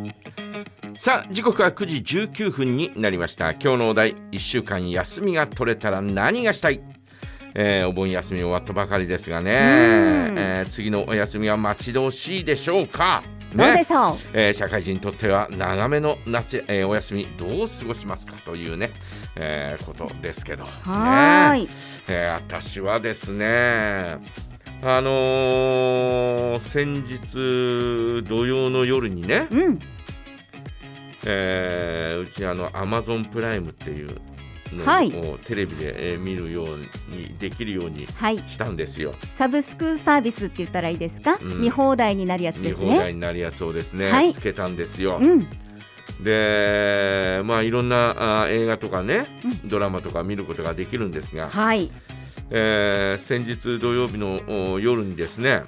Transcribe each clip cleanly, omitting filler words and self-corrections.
さあ時刻は9時19分になりました。今日のお題、1週間休みが取れたら何がしたい。お盆休み終わったばかりですがね、次のお休みは待ち遠しいでしょうか、ね、 どうでしょう。 社会人にとっては長めの夏、お休みどう過ごしますかというね、ことですけど、 はい、 私はですね、先日土曜の夜にね、うちAmazon プライムっていうのをテレビで見るようにできるようにしたんですよ、 サブスクサービスって言ったらいいですか、見放題になるやつですね。 見放題になるやつをですね、つけたんですよ、でいろんな映画とかね、ドラマとか見ることができるんですが、先日土曜日の夜にですね、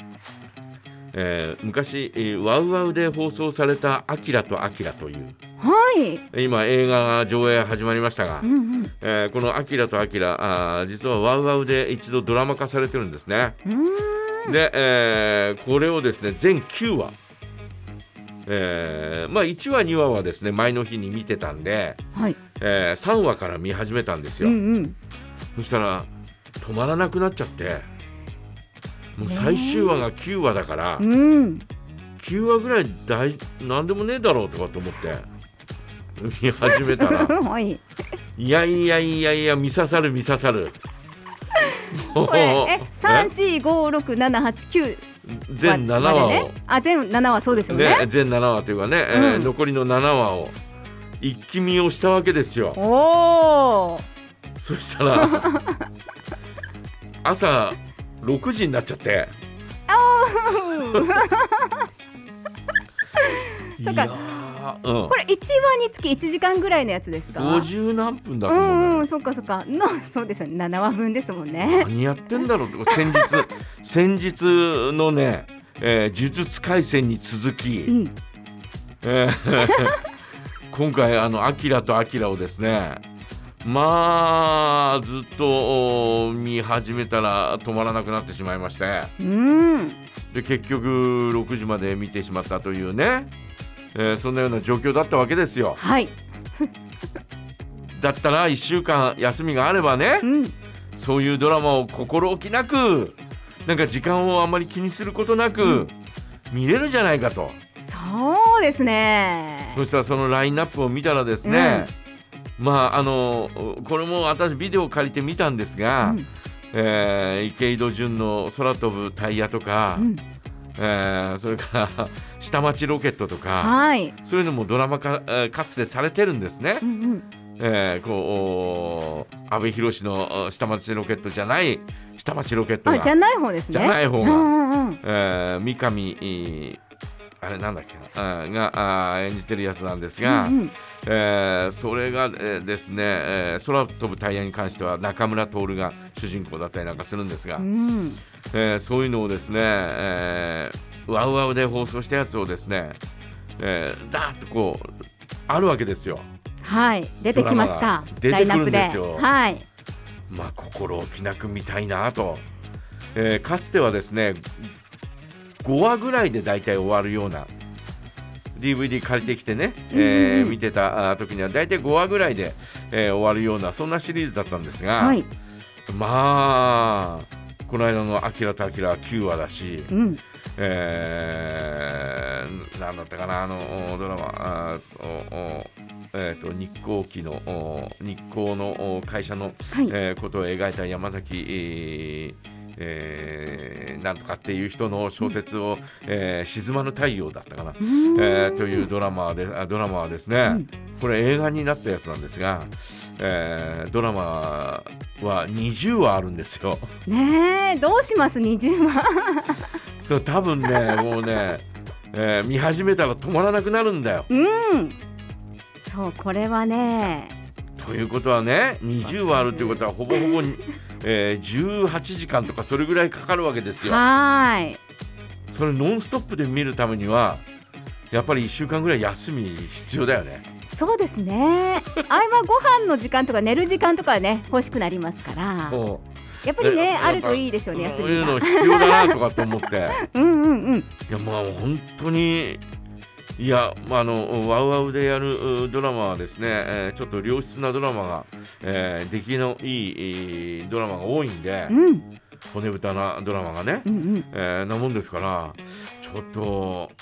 昔ワウワウで放送されたアキラとアキラという、今映画が上映始まりましたが、このアキラとアキラ、実はワウワウで一度ドラマ化されてるんですね。で、これをですね全9話、1話2話はですね前の日に見てたんで、3話から見始めたんですよ、そしたら止まらなくなっちゃって、もう最終話が9話だから、9話ぐらい何でもねえだろうとかと思って見始めたらいや見刺さるこれ3456789 全7話を、 全7話そうでしょうね。 全7話というかね、残りの7話を一気見をしたわけですよ。そしたら朝6時になっちゃってそうか、これ1話につき1時間ぐらいのやつですか。 50何分だと思うね。 そっかそうですよね、7話分ですもんね。 何やってんだろうって先日のね、呪術廻戦に続き、今回アキラとアキラをですね、ずっと見始めたら止まらなくなってしまいまして、で結局6時まで見てしまったというね、そんなような状況だったわけですよ。だったら1週間休みがあればね、そういうドラマを心置きなく、なんか時間をあまり気にすることなく、見れるじゃないかと。 そうですね。 そしたらそのラインナップを見たらですね、これも私ビデオを借りて見たんですが、池井戸潤の空飛ぶタイヤとか、それから下町ロケットとか、そういうのもドラマ化かつてされてるんですね。阿部寛の下町ロケットじゃない下町ロケットが、 じゃない方ですね。 じゃない方が、三上あれなんだっけな、が演じてるやつなんですが、それが、ですね、空飛ぶタイヤに関しては中村徹が主人公だったりなんかするんですが、そういうのをですね、ワウワウで放送したやつをですね、だーっとこうあるわけですよ。 出てきますか。 出てくるんですよ。心置きなく見たいなと、かつてはですね5話ぐらいでだいたい終わるような DVD 借りてきてね、見てた時にはだいたい5話ぐらいで、終わるようなそんなシリーズだったんですが、この間のアキラとアキラは9話だし、なんだったかな、ドラマ日光機の日光の会社の、ことを描いた山崎、なんとかっていう人の小説を、沈まぬ太陽だったかな、というドラマはですね、これ映画になったやつなんですが、ドラマは20話あるんですよ。 ねえ、どうします20話そう多分ねもうね、見始めたら止まらなくなるんだよ。 そうこれはね、 ということはね20話あるっていうことはほぼほぼ18時間とかそれぐらいかかるわけですよ。それノンストップで見るためにはやっぱり1週間ぐらい休み必要だよね。 そうですね。合間ご飯の時間とか寝る時間とかね欲しくなりますから、やっぱりねあるといいですよね。 そういうの必要だなとかと思っていや本当にいや、ワウワウでやるドラマはですね、ちょっと良質なドラマが、出来のいいドラマが多いんで、骨太なドラマがね、なもんですからちょっと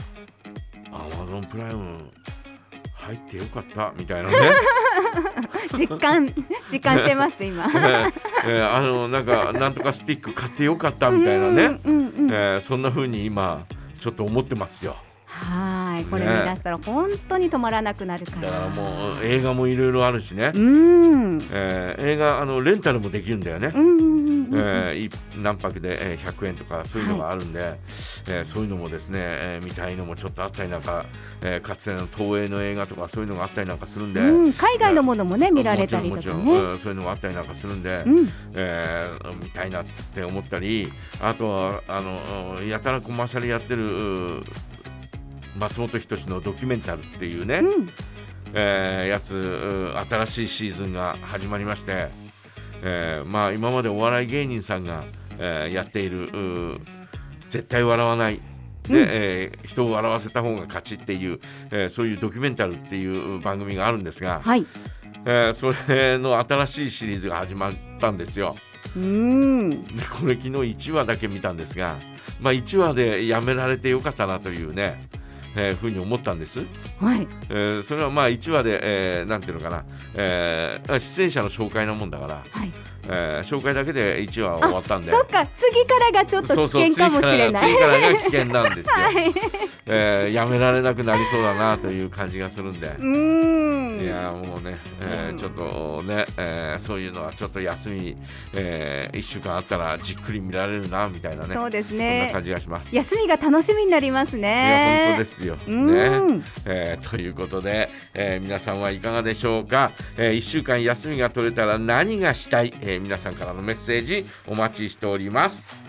Amazon プライム入ってよかったみたいなね実感してます今なんとかスティック買ってよかったみたいなね、そんな風に今ちょっと思ってますよ。 はい、これ見出したら本当に止まらなくなるから。 だからもう映画もいろいろあるしね、映画レンタルもできるんだよね、何泊で100円とかそういうのがあるんで、そういうのもですね、見たいのもちょっとあったりなんか、かつての東映の映画とかそういうのがあったりなんかするんで、 海外のものもね見られたりとかね、 もちろんそういうのがあったりなんかするんで、見たいなって思ったり、あとはやたらコマーシャルやってる松本人志のドキュメンタルっていうね、やつ新しいシーズンが始まりまして、今までお笑い芸人さんが、やっている絶対笑わないで、人を笑わせた方が勝ちっていう、そういうドキュメンタルっていう番組があるんですが、それの新しいシリーズが始まったんですよ。でこれ昨日1話だけ見たんですが、1話でやめられてよかったなというね、ふうに思ったんです、それは1話で、なんていうのかな、出演者の紹介なもんだから、紹介だけで1話終わったんで、 そっか、次からがちょっと危険かもしれない。 次からが危険なんですよ、やめられなくなりそうだなという感じがするんで、いやもうね、ちょっとね、そういうのはちょっと休み、1週間あったらじっくり見られるなみたいなね、 そうですね、 そんな感じがします。 休みが楽しみになりますね。 いや本当ですよ、ね、ということで、皆さんはいかがでしょうか。1週間休みが取れたら何がしたい、皆さんからのメッセージお待ちしております。